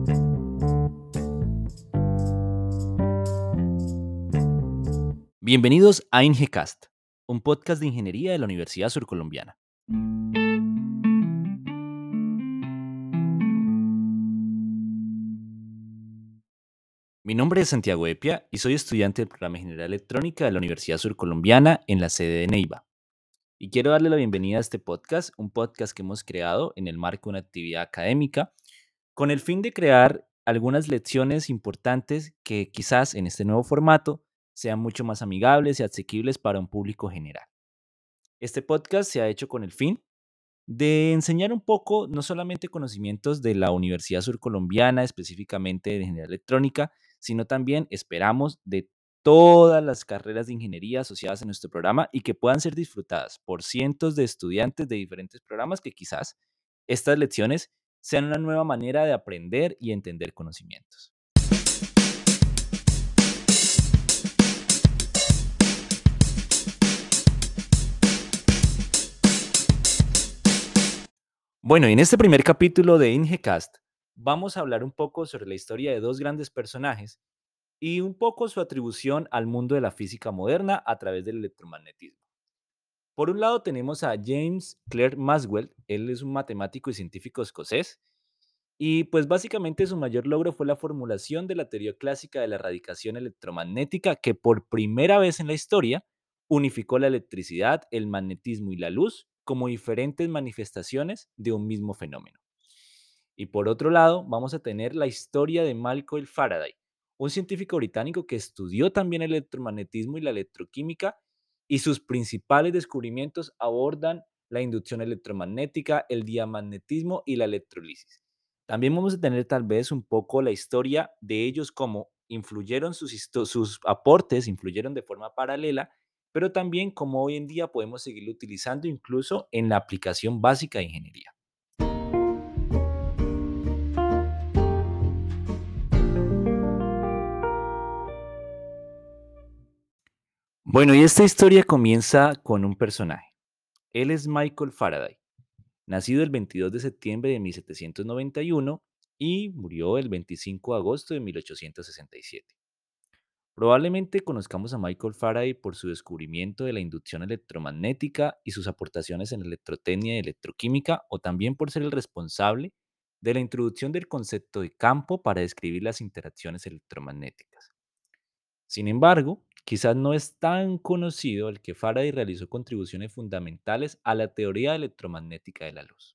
Bienvenidos a INGECAST, un podcast de ingeniería de la Universidad Surcolombiana. Mi nombre es Santiago Epia y soy estudiante del programa de Ingeniería Electrónica de la Universidad Surcolombiana en la sede de Neiva. Y quiero darle la bienvenida a este podcast, un podcast que hemos creado en el marco de una actividad académica con el fin de crear algunas lecciones importantes que quizás en este nuevo formato sean mucho más amigables y asequibles para un público general. Este podcast se ha hecho con el fin de enseñar un poco, no solamente conocimientos de la Universidad Surcolombiana, específicamente de ingeniería electrónica, sino también esperamos de todas las carreras de ingeniería asociadas en nuestro programa y que puedan ser disfrutadas por cientos de estudiantes de diferentes programas que quizás estas lecciones sean una nueva manera de aprender y entender conocimientos. Bueno, y en este primer capítulo de INGECAST vamos a hablar un poco sobre la historia de dos grandes personajes y un poco su atribución al mundo de la física moderna a través del electromagnetismo. Por un lado tenemos a James Clerk Maxwell, él es un matemático y científico escocés, y pues básicamente su mayor logro fue la formulación de la teoría clásica de la radiación electromagnética que por primera vez en la historia unificó la electricidad, el magnetismo y la luz como diferentes manifestaciones de un mismo fenómeno. Y por otro lado, vamos a tener la historia de Michael Faraday, un científico británico que estudió también el electromagnetismo y la electroquímica, y sus principales descubrimientos abordan la inducción electromagnética, el diamagnetismo y la electrolisis. También vamos a tener tal vez un poco la historia de ellos, cómo influyeron sus aportes, influyeron de forma paralela, pero también cómo hoy en día podemos seguirlo utilizando incluso en la aplicación básica de ingeniería. Bueno, y esta historia comienza con un personaje. Él es Michael Faraday, nacido el 22 de septiembre de 1791 y murió el 25 de agosto de 1867. Probablemente conozcamos a Michael Faraday por su descubrimiento de la inducción electromagnética y sus aportaciones en electrotecnia y electroquímica, o también por ser el responsable de la introducción del concepto de campo para describir las interacciones electromagnéticas. Sin embargo, quizás no es tan conocido el que Faraday realizó contribuciones fundamentales a la teoría electromagnética de la luz.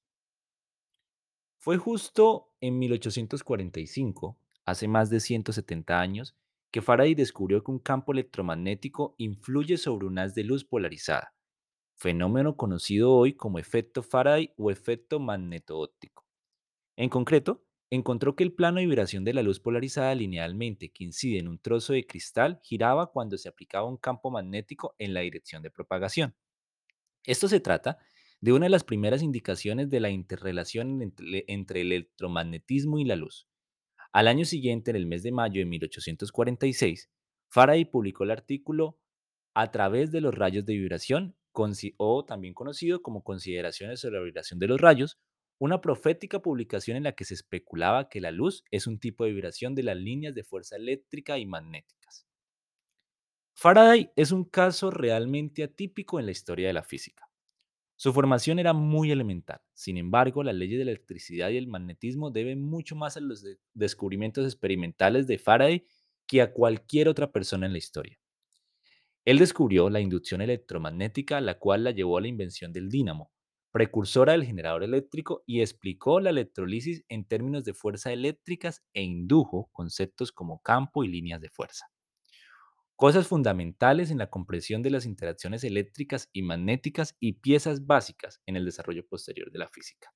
Fue justo en 1845, hace más de 170 años, que Faraday descubrió que un campo electromagnético influye sobre un haz de luz polarizada, fenómeno conocido hoy como efecto Faraday o efecto magneto-óptico. En concreto, encontró que el plano de vibración de la luz polarizada linealmente que incide en un trozo de cristal giraba cuando se aplicaba un campo magnético en la dirección de propagación. Esto se trata de una de las primeras indicaciones de la interrelación entre el electromagnetismo y la luz. Al año siguiente, en el mes de mayo de 1846, Faraday publicó el artículo A través de los rayos de vibración, o también conocido como Consideraciones sobre la vibración de los rayos, una profética publicación en la que se especulaba que la luz es un tipo de vibración de las líneas de fuerza eléctrica y magnéticas. Faraday es un caso realmente atípico en la historia de la física. Su formación era muy elemental. Sin embargo, las leyes de la electricidad y el magnetismo deben mucho más a los descubrimientos experimentales de Faraday que a cualquier otra persona en la historia. Él descubrió la inducción electromagnética, la cual la llevó a la invención del dínamo, precursora del generador eléctrico, y explicó la electrolisis en términos de fuerzas eléctricas e indujo conceptos como campo y líneas de fuerza. Cosas fundamentales en la comprensión de las interacciones eléctricas y magnéticas y piezas básicas en el desarrollo posterior de la física.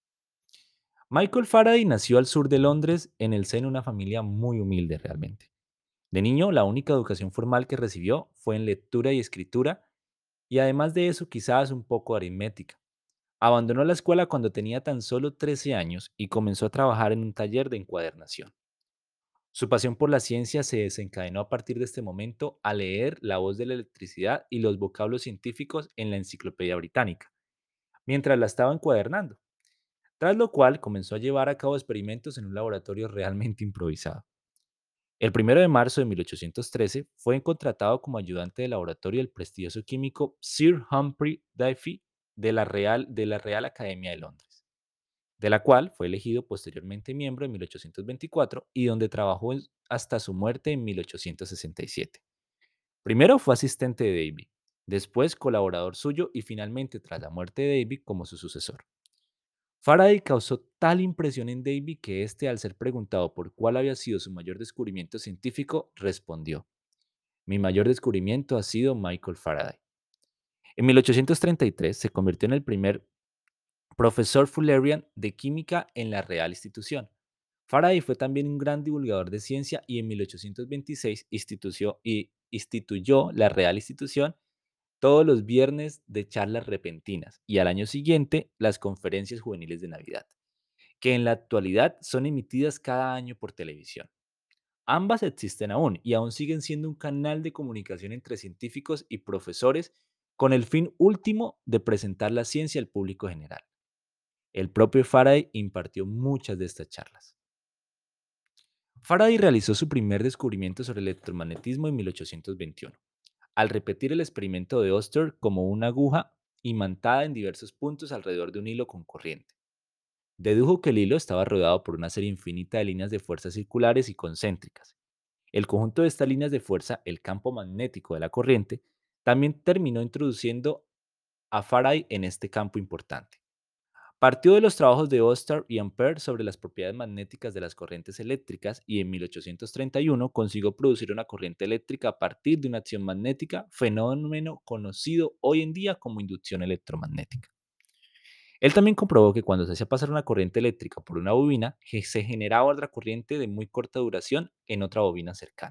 Michael Faraday nació al sur de Londres en el seno de una familia muy humilde realmente. De niño, la única educación formal que recibió fue en lectura y escritura, y además de eso quizás un poco de aritmética. Abandonó la escuela cuando tenía tan solo 13 años y comenzó a trabajar en un taller de encuadernación. Su pasión por la ciencia se desencadenó a partir de este momento a leer La voz de la electricidad y los vocablos científicos en la Enciclopedia Británica, mientras la estaba encuadernando. tras lo cual comenzó a llevar a cabo experimentos en un laboratorio realmente improvisado. El 1 de marzo de 1813 fue contratado como ayudante de laboratorio del prestigioso químico Sir Humphrey Davy de la Real Academia de Londres, de la cual fue elegido posteriormente miembro en 1824 y donde trabajó hasta su muerte en 1867. Primero fue asistente de Davy, después colaborador suyo y finalmente, tras la muerte de Davy, como su sucesor. Faraday causó tal impresión en Davy que éste, al ser preguntado por cuál había sido su mayor descubrimiento científico, respondió: "Mi mayor descubrimiento ha sido Michael Faraday". En 1833 se convirtió en el primer profesor Fullerian de química en la Real Institución. Faraday fue también un gran divulgador de ciencia y en 1826 instituyó la Real Institución todos los viernes de charlas repentinas y al año siguiente las conferencias juveniles de Navidad, que en la actualidad son emitidas cada año por televisión. Ambas existen aún y aún siguen siendo un canal de comunicación entre científicos y profesores con el fin último de presentar la ciencia al público general. El propio Faraday impartió muchas de estas charlas. Faraday realizó su primer descubrimiento sobre el electromagnetismo en 1821, al repetir el experimento de Oster como una aguja imantada en diversos puntos alrededor de un hilo con corriente. Dedujo que el hilo estaba rodeado por una serie infinita de líneas de fuerza circulares y concéntricas. El conjunto de estas líneas de fuerza, el campo magnético de la corriente, también terminó introduciendo a Faraday en este campo importante. Partió de los trabajos de Oster y Ampere sobre las propiedades magnéticas de las corrientes eléctricas y en 1831 consiguió producir una corriente eléctrica a partir de una acción magnética, fenómeno conocido hoy en día como inducción electromagnética. Él también comprobó que cuando se hacía pasar una corriente eléctrica por una bobina, se generaba otra corriente de muy corta duración en otra bobina cercana.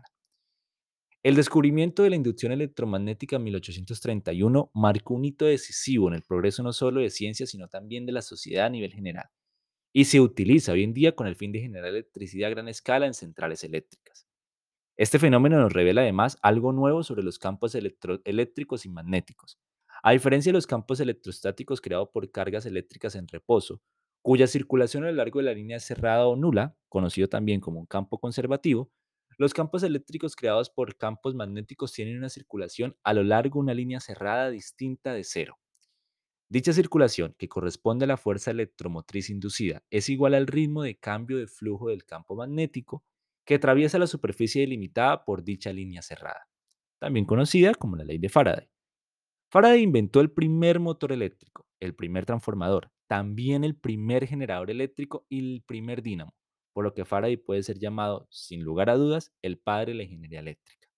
El descubrimiento de la inducción electromagnética en 1831 marcó un hito decisivo en el progreso no solo de ciencia, sino también de la sociedad a nivel general, y se utiliza hoy en día con el fin de generar electricidad a gran escala en centrales eléctricas. Este fenómeno nos revela además algo nuevo sobre los campos eléctricos y magnéticos. A diferencia de los campos electrostáticos creados por cargas eléctricas en reposo, cuya circulación a lo largo de la línea es cerrada o nula, conocido también como un campo conservativo, los campos eléctricos creados por campos magnéticos tienen una circulación a lo largo de una línea cerrada distinta de cero. Dicha circulación, que corresponde a la fuerza electromotriz inducida, es igual al ritmo de cambio de flujo del campo magnético que atraviesa la superficie delimitada por dicha línea cerrada, también conocida como la ley de Faraday. Faraday inventó el primer motor eléctrico, el primer transformador, también el primer generador eléctrico y el primer dínamo, por lo que Faraday puede ser llamado, sin lugar a dudas, el padre de la ingeniería eléctrica.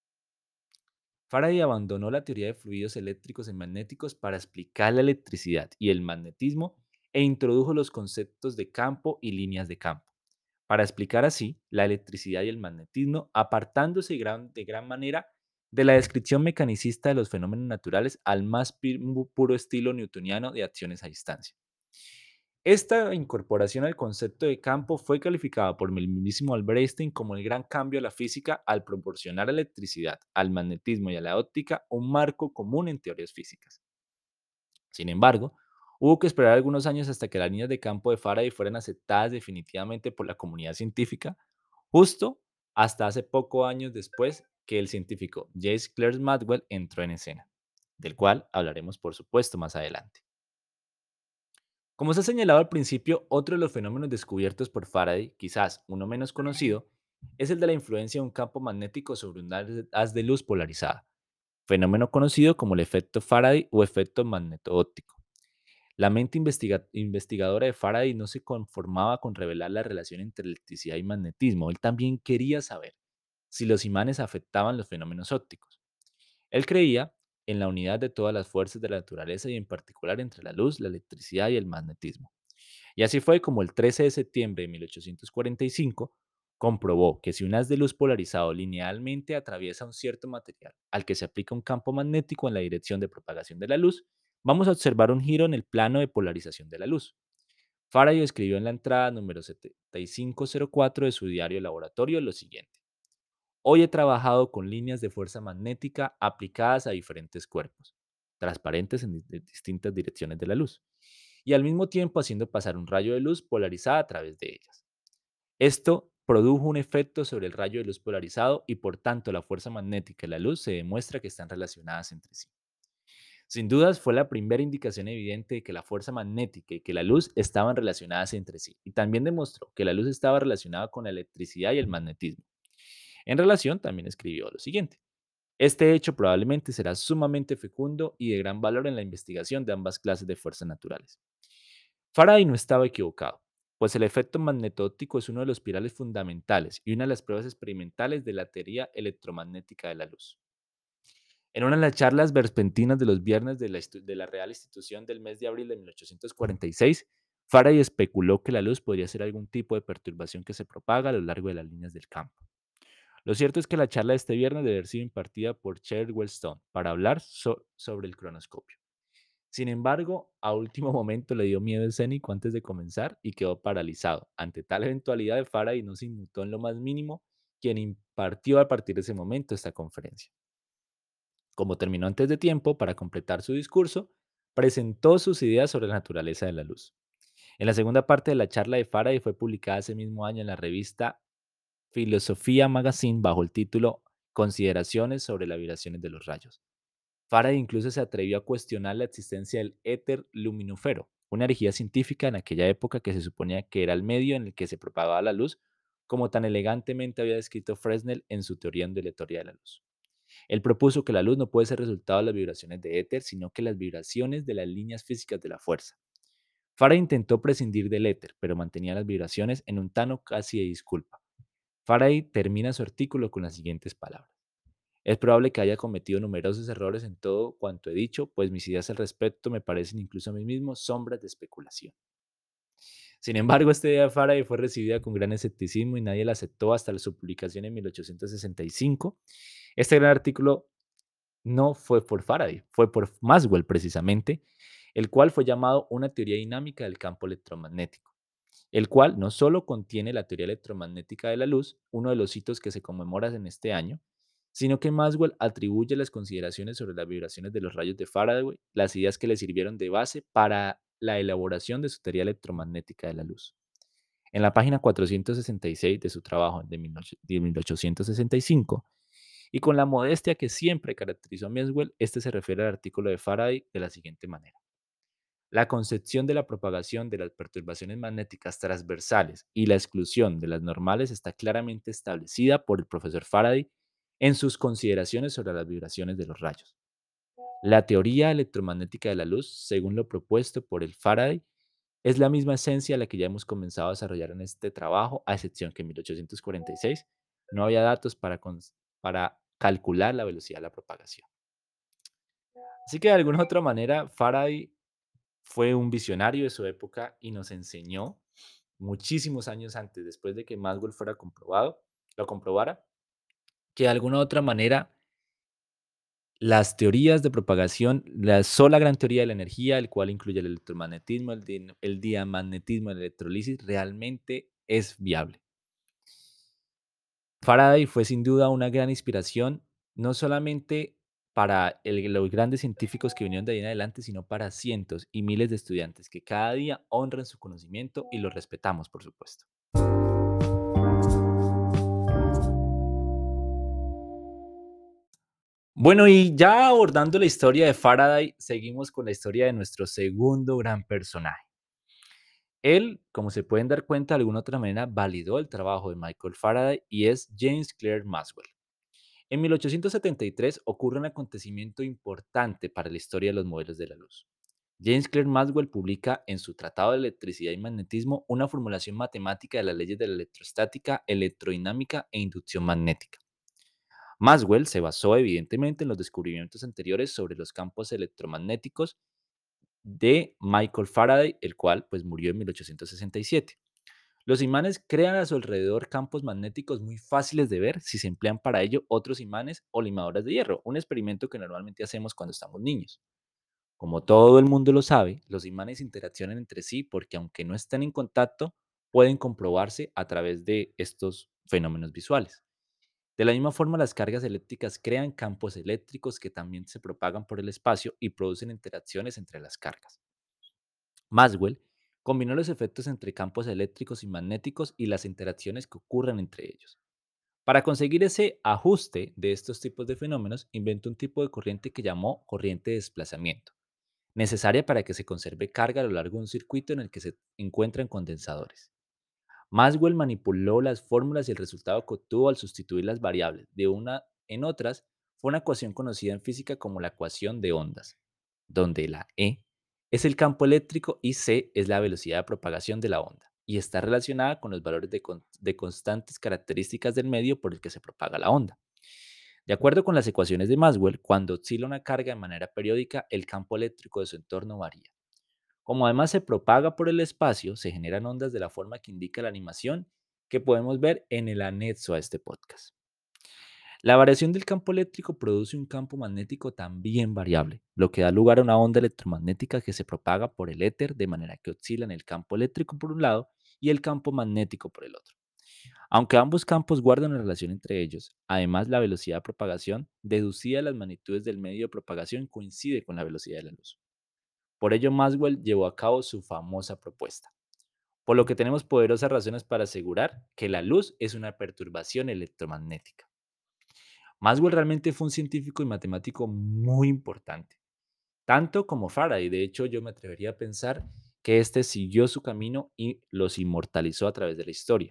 Faraday abandonó la teoría de fluidos eléctricos y magnéticos para explicar la electricidad y el magnetismo e introdujo los conceptos de campo y líneas de campo, para explicar así la electricidad y el magnetismo, apartándose de gran manera de la descripción mecanicista de los fenómenos naturales al más puro estilo newtoniano de acciones a distancia. Esta incorporación al concepto de campo fue calificada por el mismísimo Albert Einstein como el gran cambio a la física al proporcionar a la electricidad, al magnetismo y a la óptica un marco común en teorías físicas. Sin embargo, hubo que esperar algunos años hasta que las líneas de campo de Faraday fueran aceptadas definitivamente por la comunidad científica, justo hasta hace pocos años después que el científico James Clerk Maxwell entró en escena, del cual hablaremos por supuesto más adelante. Como se ha señalado al principio, otro de los fenómenos descubiertos por Faraday, quizás uno menos conocido, es el de la influencia de un campo magnético sobre un haz de luz polarizada, fenómeno conocido como el efecto Faraday o efecto magneto-óptico. La mente investigadora de Faraday no se conformaba con revelar la relación entre electricidad y magnetismo, él también quería saber si los imanes afectaban los fenómenos ópticos. Él creía en la unidad de todas las fuerzas de la naturaleza y en particular entre la luz, la electricidad y el magnetismo. Y así fue como el 13 de septiembre de 1845 comprobó que si un haz de luz polarizado linealmente atraviesa un cierto material al que se aplica un campo magnético en la dirección de propagación de la luz, vamos a observar un giro en el plano de polarización de la luz. Faraday escribió en la entrada número 7504 de su diario de laboratorio lo siguiente: "Hoy he trabajado con líneas de fuerza magnética aplicadas a diferentes cuerpos, transparentes en distintas direcciones de la luz, y al mismo tiempo haciendo pasar un rayo de luz polarizada a través de ellas. Esto produjo un efecto sobre el rayo de luz polarizado y por tanto la fuerza magnética y la luz se demuestra que están relacionadas entre sí. Sin dudas fue la primera indicación evidente de que la fuerza magnética y que la luz estaban relacionadas entre sí, y también demostró que la luz estaba relacionada con la electricidad y el magnetismo. En relación, también escribió lo siguiente: este hecho probablemente será sumamente fecundo y de gran valor en la investigación de ambas clases de fuerzas naturales. Faraday no estaba equivocado, pues el efecto magnetóptico es uno de los pilares fundamentales y una de las pruebas experimentales de la teoría electromagnética de la luz. En una de las charlas vespertinas de los viernes de la Real Institución del mes de abril de 1846, Faraday especuló que la luz podría ser algún tipo de perturbación que se propaga a lo largo de las líneas del campo. Lo cierto es que la charla de este viernes debe haber sido impartida por Sherwell Stone para hablar sobre el cronoscopio. Sin embargo, a último momento le dio miedo escénico antes de comenzar y quedó paralizado. Ante tal eventualidad de Faraday no se inmutó en lo más mínimo quien impartió a partir de ese momento esta conferencia. Como terminó antes de tiempo, para completar su discurso, presentó sus ideas sobre la naturaleza de la luz. En la segunda parte de la charla de Faraday fue publicada ese mismo año en la revista Philosophia Magazine bajo el título Consideraciones sobre las vibraciones de los rayos. Faraday incluso se atrevió a cuestionar la existencia del éter luminúfero, una herejía científica en aquella época que se suponía que era el medio en el que se propagaba la luz, como tan elegantemente había descrito Fresnel en su teoría ondulatoria de la luz. Él propuso que la luz no puede ser resultado de las vibraciones de éter, sino que las vibraciones de las líneas físicas de la fuerza. Faraday intentó prescindir del éter, pero mantenía las vibraciones en un tono casi de disculpa. Faraday termina su artículo con las siguientes palabras: es probable que haya cometido numerosos errores en todo cuanto he dicho, pues mis ideas al respecto me parecen incluso a mí mismo sombras de especulación. Sin embargo, esta idea de Faraday fue recibida con gran escepticismo y nadie la aceptó hasta su publicación en 1865. Este gran artículo no fue por Faraday, fue por Maxwell precisamente, el cual fue llamado una teoría dinámica del campo electromagnético, el cual no solo contiene la teoría electromagnética de la luz, uno de los hitos que se conmemora en este año, sino que Maxwell atribuye las consideraciones sobre las vibraciones de los rayos de Faraday, las ideas que le sirvieron de base para la elaboración de su teoría electromagnética de la luz. En la página 466 de su trabajo de 1865, y con la modestia que siempre caracterizó a Maxwell, este se refiere al artículo de Faraday de la siguiente manera: la concepción de la propagación de las perturbaciones magnéticas transversales y la exclusión de las normales está claramente establecida por el profesor Faraday en sus consideraciones sobre las vibraciones de los rayos. La teoría electromagnética de la luz, según lo propuesto por el Faraday, es la misma esencia a la que ya hemos comenzado a desarrollar en este trabajo, a excepción que en 1846 no había datos para calcular la velocidad de la propagación. Así que de alguna otra manera, Faraday fue un visionario de su época y nos enseñó muchísimos años antes, después de que Maxwell fuera comprobado, lo comprobara, que de alguna otra manera las teorías de propagación, la sola gran teoría de la energía, el cual incluye el electromagnetismo, el diamagnetismo, la electrolisis, realmente es viable. Faraday fue sin duda una gran inspiración, no solamente para los grandes científicos que vinieron de ahí en adelante, sino para cientos y miles de estudiantes que cada día honran su conocimiento y lo respetamos, por supuesto. Bueno, y ya abordando la historia de Faraday, seguimos con la historia de nuestro segundo gran personaje. Él, como se pueden dar cuenta, de alguna otra manera validó el trabajo de Michael Faraday y es James Clerk Maxwell. En 1873 ocurre un acontecimiento importante para la historia de los modelos de la luz. James Clerk Maxwell publica en su Tratado de Electricidad y Magnetismo una formulación matemática de las leyes de la electrostática, electrodinámica e inducción magnética. Maxwell se basó evidentemente en los descubrimientos anteriores sobre los campos electromagnéticos de Michael Faraday, el cual pues murió en 1867. Los imanes crean a su alrededor campos magnéticos muy fáciles de ver si se emplean para ello otros imanes o limadoras de hierro, un experimento que normalmente hacemos cuando estamos niños. Como todo el mundo lo sabe, los imanes interaccionan entre sí porque aunque no estén en contacto, pueden comprobarse a través de estos fenómenos visuales. De la misma forma, las cargas eléctricas crean campos eléctricos que también se propagan por el espacio y producen interacciones entre las cargas. Maxwell combinó los efectos entre campos eléctricos y magnéticos y las interacciones que ocurren entre ellos. Para conseguir ese ajuste de estos tipos de fenómenos, inventó un tipo de corriente que llamó corriente de desplazamiento, necesaria para que se conserve carga a lo largo de un circuito en el que se encuentran condensadores. Maxwell manipuló las fórmulas y el resultado que obtuvo al sustituir las variables de una en otras fue una ecuación conocida en física como la ecuación de ondas, donde la E es el campo eléctrico y C es la velocidad de propagación de la onda, y está relacionada con los valores de constantes características del medio por el que se propaga la onda. De acuerdo con las ecuaciones de Maxwell, cuando oscila una carga de manera periódica, el campo eléctrico de su entorno varía. Como además se propaga por el espacio, se generan ondas de la forma que indica la animación que podemos ver en el anexo a este podcast. La variación del campo eléctrico produce un campo magnético también variable, lo que da lugar a una onda electromagnética que se propaga por el éter de manera que oscilan el campo eléctrico por un lado y el campo magnético por el otro. Aunque ambos campos guardan una relación entre ellos, además la velocidad de propagación, deducida de las magnitudes del medio de propagación, coincide con la velocidad de la luz. Por ello, Maxwell llevó a cabo su famosa propuesta, por lo que tenemos poderosas razones para asegurar que la luz es una perturbación electromagnética. Maxwell realmente fue un científico y matemático muy importante, tanto como Faraday. De hecho, yo me atrevería a pensar que este siguió su camino y los inmortalizó a través de la historia.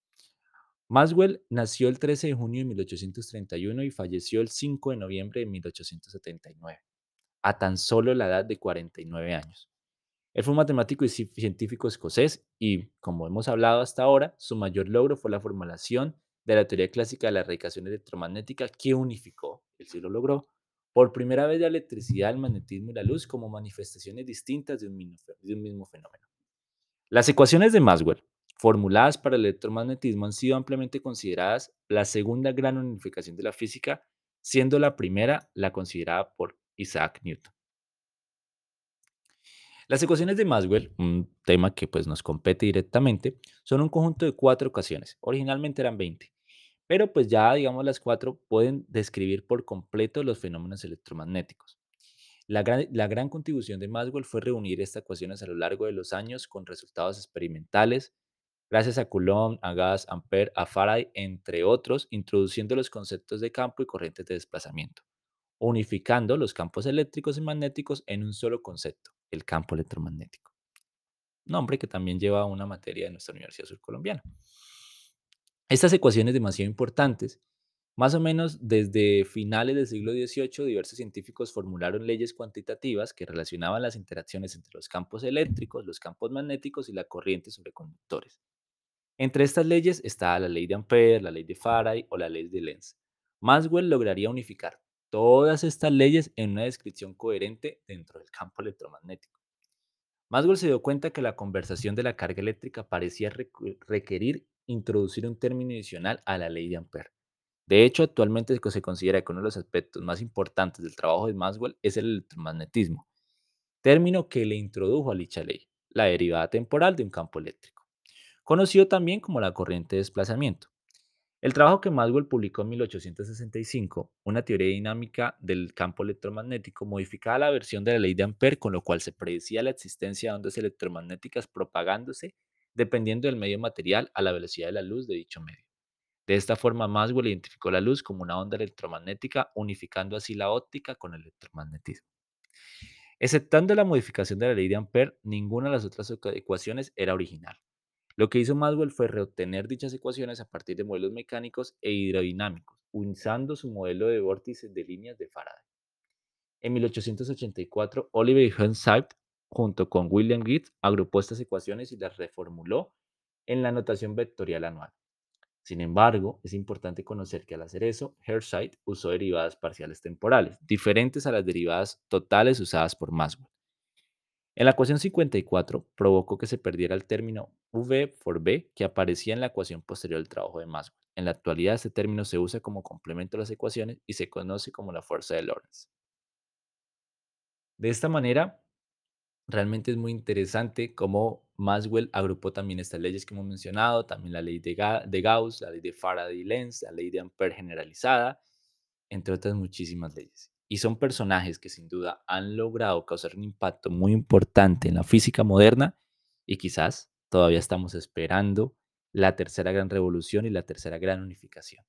Maxwell nació el 13 de junio de 1831 y falleció el 5 de noviembre de 1879, a tan solo la edad de 49 años. Él fue un matemático y científico escocés y, como hemos hablado hasta ahora, su mayor logro fue la formulación de la teoría clásica de la radiación electromagnética que unificó, él sí lo logró, por primera vez la electricidad, el magnetismo y la luz como manifestaciones distintas de un mismo fenómeno. Las ecuaciones de Maxwell, formuladas para el electromagnetismo, han sido ampliamente consideradas la segunda gran unificación de la física, siendo la primera la considerada por Isaac Newton. Las ecuaciones de Maxwell, un tema que pues nos compete directamente, son un conjunto de cuatro ecuaciones. Originalmente eran 20, pero pues ya digamos las cuatro pueden describir por completo los fenómenos electromagnéticos. La gran contribución de Maxwell fue reunir estas ecuaciones a lo largo de los años con resultados experimentales, gracias a Coulomb, a Gauss, Ampère, a Faraday, entre otros, introduciendo los conceptos de campo y corrientes de desplazamiento, unificando los campos eléctricos y magnéticos en un solo concepto, el campo electromagnético, nombre que también lleva una materia de nuestra Universidad Surcolombiana. Estas ecuaciones demasiado importantes, más o menos desde finales del siglo XVIII, diversos científicos formularon leyes cuantitativas que relacionaban las interacciones entre los campos eléctricos, los campos magnéticos y la corriente sobre conductores. Entre estas leyes está la ley de Ampère, la ley de Faraday o la ley de Lenz. Maxwell lograría unificar todas estas leyes en una descripción coherente dentro del campo electromagnético. Maxwell se dio cuenta que la conversación de la carga eléctrica parecía requerir introducir un término adicional a la ley de Ampère. De hecho, actualmente se considera que uno de los aspectos más importantes del trabajo de Maxwell es el electromagnetismo, término que le introdujo a dicha ley, la derivada temporal de un campo eléctrico, conocido también como la corriente de desplazamiento. El trabajo que Maxwell publicó en 1865, una teoría dinámica del campo electromagnético, modificaba la versión de la ley de Ampère, con lo cual se predecía la existencia de ondas electromagnéticas propagándose dependiendo del medio material a la velocidad de la luz de dicho medio. De esta forma, Maxwell identificó la luz como una onda electromagnética, unificando así la óptica con el electromagnetismo. Exceptando la modificación de la ley de Ampère, ninguna de las otras ecuaciones era original. Lo que hizo Maxwell fue reobtener dichas ecuaciones a partir de modelos mecánicos e hidrodinámicos, usando su modelo de vórtices de líneas de Faraday. En 1884, Oliver Henshaupt, junto con William Gibbs, agrupó estas ecuaciones y las reformuló en la notación vectorial anual. Sin embargo, es importante conocer que al hacer eso, Hershey usó derivadas parciales temporales, diferentes a las derivadas totales usadas por Maxwell. En la ecuación 54 provocó que se perdiera el término V por B que aparecía en la ecuación posterior del trabajo de Maxwell. En la actualidad este término se usa como complemento a las ecuaciones y se conoce como la fuerza de Lorentz. De esta manera, realmente es muy interesante cómo Maxwell agrupó también estas leyes que hemos mencionado, también la ley de Gauss, la ley de Faraday-Lenz, la ley de Ampère generalizada, entre otras muchísimas leyes. y son personajes que sin duda han logrado causar un impacto muy importante en la física moderna y quizás todavía estamos esperando la tercera gran revolución y la tercera gran unificación.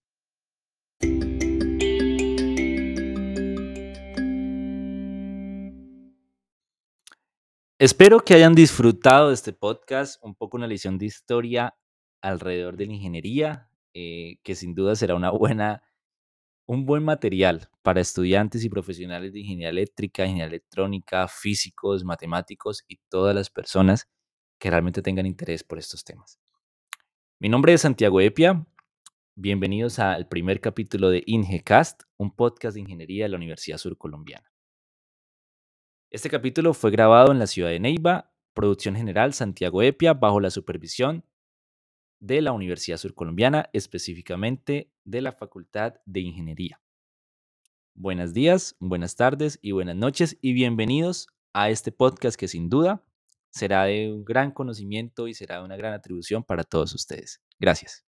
Espero que hayan disfrutado de este podcast, un poco una lección de historia alrededor de la ingeniería, que sin duda será un buen material para estudiantes y profesionales de ingeniería eléctrica, ingeniería electrónica, físicos, matemáticos y todas las personas que realmente tengan interés por estos temas. Mi nombre es Santiago Epia. Bienvenidos al primer capítulo de INGECAST, un podcast de ingeniería de la Universidad Surcolombiana. Este capítulo fue grabado en la ciudad de Neiva, producción general Santiago Epia, bajo la supervisión de la Universidad Surcolombiana, específicamente de la Facultad de Ingeniería. Buenos días, buenas tardes y buenas noches y bienvenidos a este podcast que sin duda será de un gran conocimiento y será de una gran atribución para todos ustedes. Gracias.